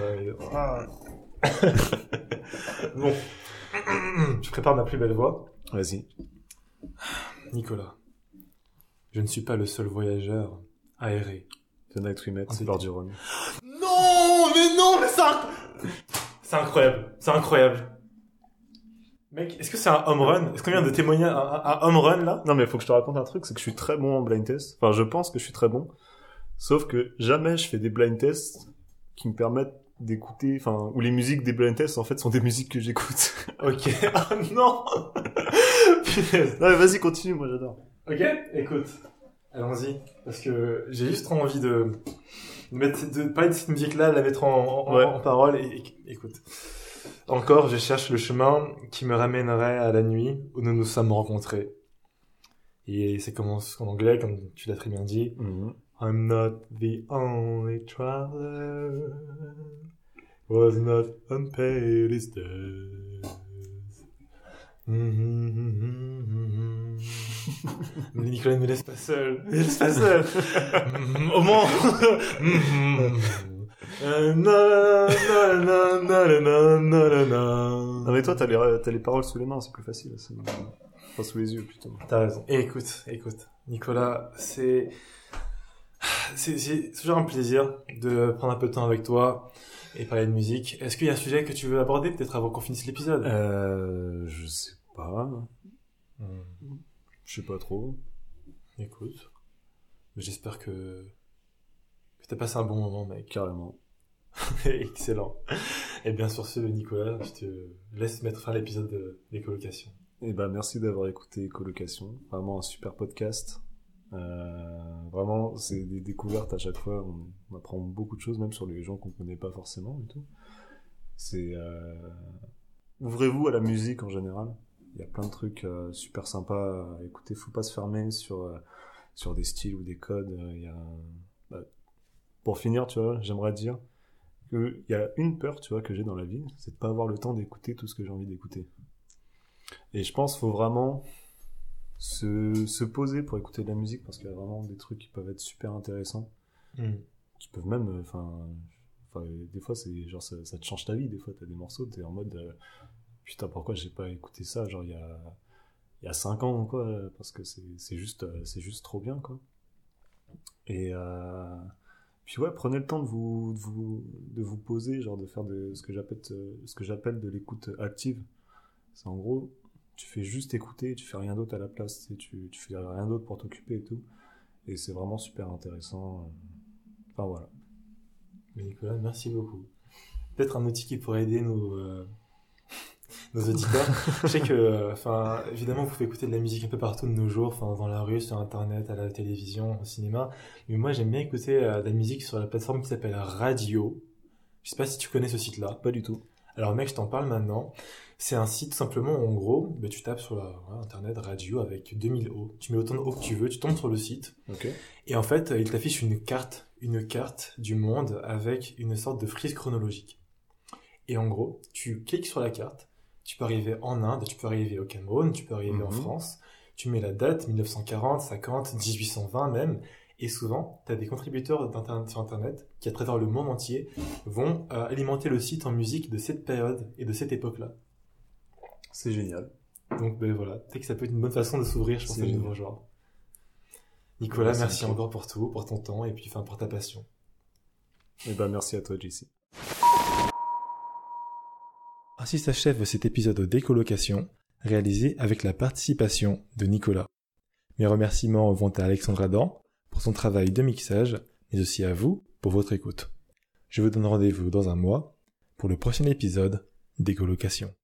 Bon. Je prépare ma plus belle voix. Vas-y. Nicolas, je ne suis pas le seul voyageur aéré. The Night We Met, c'est Lord du Rhône. Non, mais c'est incroyable, c'est incroyable. Mec, est-ce que c'est un home run? Est-ce qu'on vient de témoigner un home run, là? Non, mais il faut que je te raconte un truc, c'est que je suis très bon en blind test. Je pense que je suis très bon. Sauf que jamais je fais des blind tests qui me permettent d'écouter, enfin, où les musiques des blind tests, en fait, sont des musiques que j'écoute. Ok. Ah non. Punaise. Non, mais vas-y, continue, moi j'adore. Ok, écoute. Allons-y. Parce que j'ai juste trop envie de parler de cette musique-là, de la mettre en parole. Et écoute. Encore, je cherche le chemin qui me ramènerait à la nuit où nous nous sommes rencontrés. Et ça commence en anglais, comme tu l'as très bien dit. Mhm. I'm not the only traveler, was not unpaid his days. Mais Nicolas ne me laisse pas seul. Ne me laisse pas seul. Au moins. Non, mais toi, t'as les paroles sous les mains, c'est plus facile. Enfin, sous les yeux, plutôt. T'as raison. Et écoute. Nicolas, c'est toujours un plaisir de prendre un peu de temps avec toi et parler de musique. Est-ce qu'il y a un sujet que tu veux aborder, peut-être avant qu'on finisse l'épisode? Je sais pas. Je sais pas trop. Écoute. J'espère que t'as passé un bon moment, mec. Carrément. Excellent. Et bien sur ce, Nicolas, je te laisse mettre fin à l'épisode des colocations. Et ben, merci d'avoir écouté Colocation. Vraiment un super podcast. Vraiment, c'est des découvertes à chaque fois. On apprend beaucoup de choses, même sur les gens qu'on connaît pas forcément et tout. Ouvrez-vous à la musique en général. Il y a plein de trucs super sympas à écouter. Faut pas se fermer sur des styles ou des codes. Pour finir, tu vois, j'aimerais dire qu'il y a une peur, tu vois, que j'ai dans la vie, c'est de pas avoir le temps d'écouter tout ce que j'ai envie d'écouter. Et je pense qu'il faut vraiment se poser pour écouter de la musique, parce qu'il y a vraiment des trucs qui peuvent être super intéressants, qui peuvent même, enfin, des fois, c'est genre ça te change ta vie. Des fois, t'as des morceaux, t'es en mode putain, pourquoi j'ai pas écouté ça, genre il y a 5 ans, quoi, parce que c'est juste trop bien, quoi. Et puis ouais, prenez le temps de vous poser, genre de faire ce que j'appelle de l'écoute active. C'est en gros, tu fais juste écouter, tu fais rien d'autre à la place, tu fais rien d'autre pour t'occuper et tout. Et c'est vraiment super intéressant. Enfin voilà. Mais Nicolas, merci beaucoup. Peut-être un outil qui pourrait aider nos auditeurs. Je sais que, évidemment, vous pouvez écouter de la musique un peu partout de nos jours, dans la rue, sur Internet, à la télévision, au cinéma. Mais moi, j'aime bien écouter de la musique sur la plateforme qui s'appelle Radio. Je sais pas si tu connais ce site-là. Pas du tout. Alors, mec, je t'en parle maintenant. C'est un site, tout simplement, où, en gros, tu tapes sur Internet Radio avec 2000 O. Tu mets autant de O que tu veux, tu tombes sur le site. Okay. Et en fait, il t'affiche une carte du monde avec une sorte de frise chronologique. Et en gros, tu cliques sur la carte, tu peux arriver en Inde, tu peux arriver au Cameroun, tu peux arriver en France, tu mets la date, 1940, 50, 1820 même, et souvent, tu as des contributeurs sur Internet qui, à travers le monde entier, vont alimenter le site en musique de cette période et de cette époque-là. C'est génial. Donc voilà, peut-être que ça peut être une bonne façon de s'ouvrir, je pense, à de nouveaux genres. Nicolas, merci encore pour tout, pour ton temps et puis pour ta passion. Et merci à toi, JC. Ainsi s'achève cet épisode de Décolocation, réalisé avec la participation de Nicolas. Mes remerciements vont à Alexandre Adam pour son travail de mixage, mais aussi à vous pour votre écoute. Je vous donne rendez-vous dans un mois pour le prochain épisode Décolocation.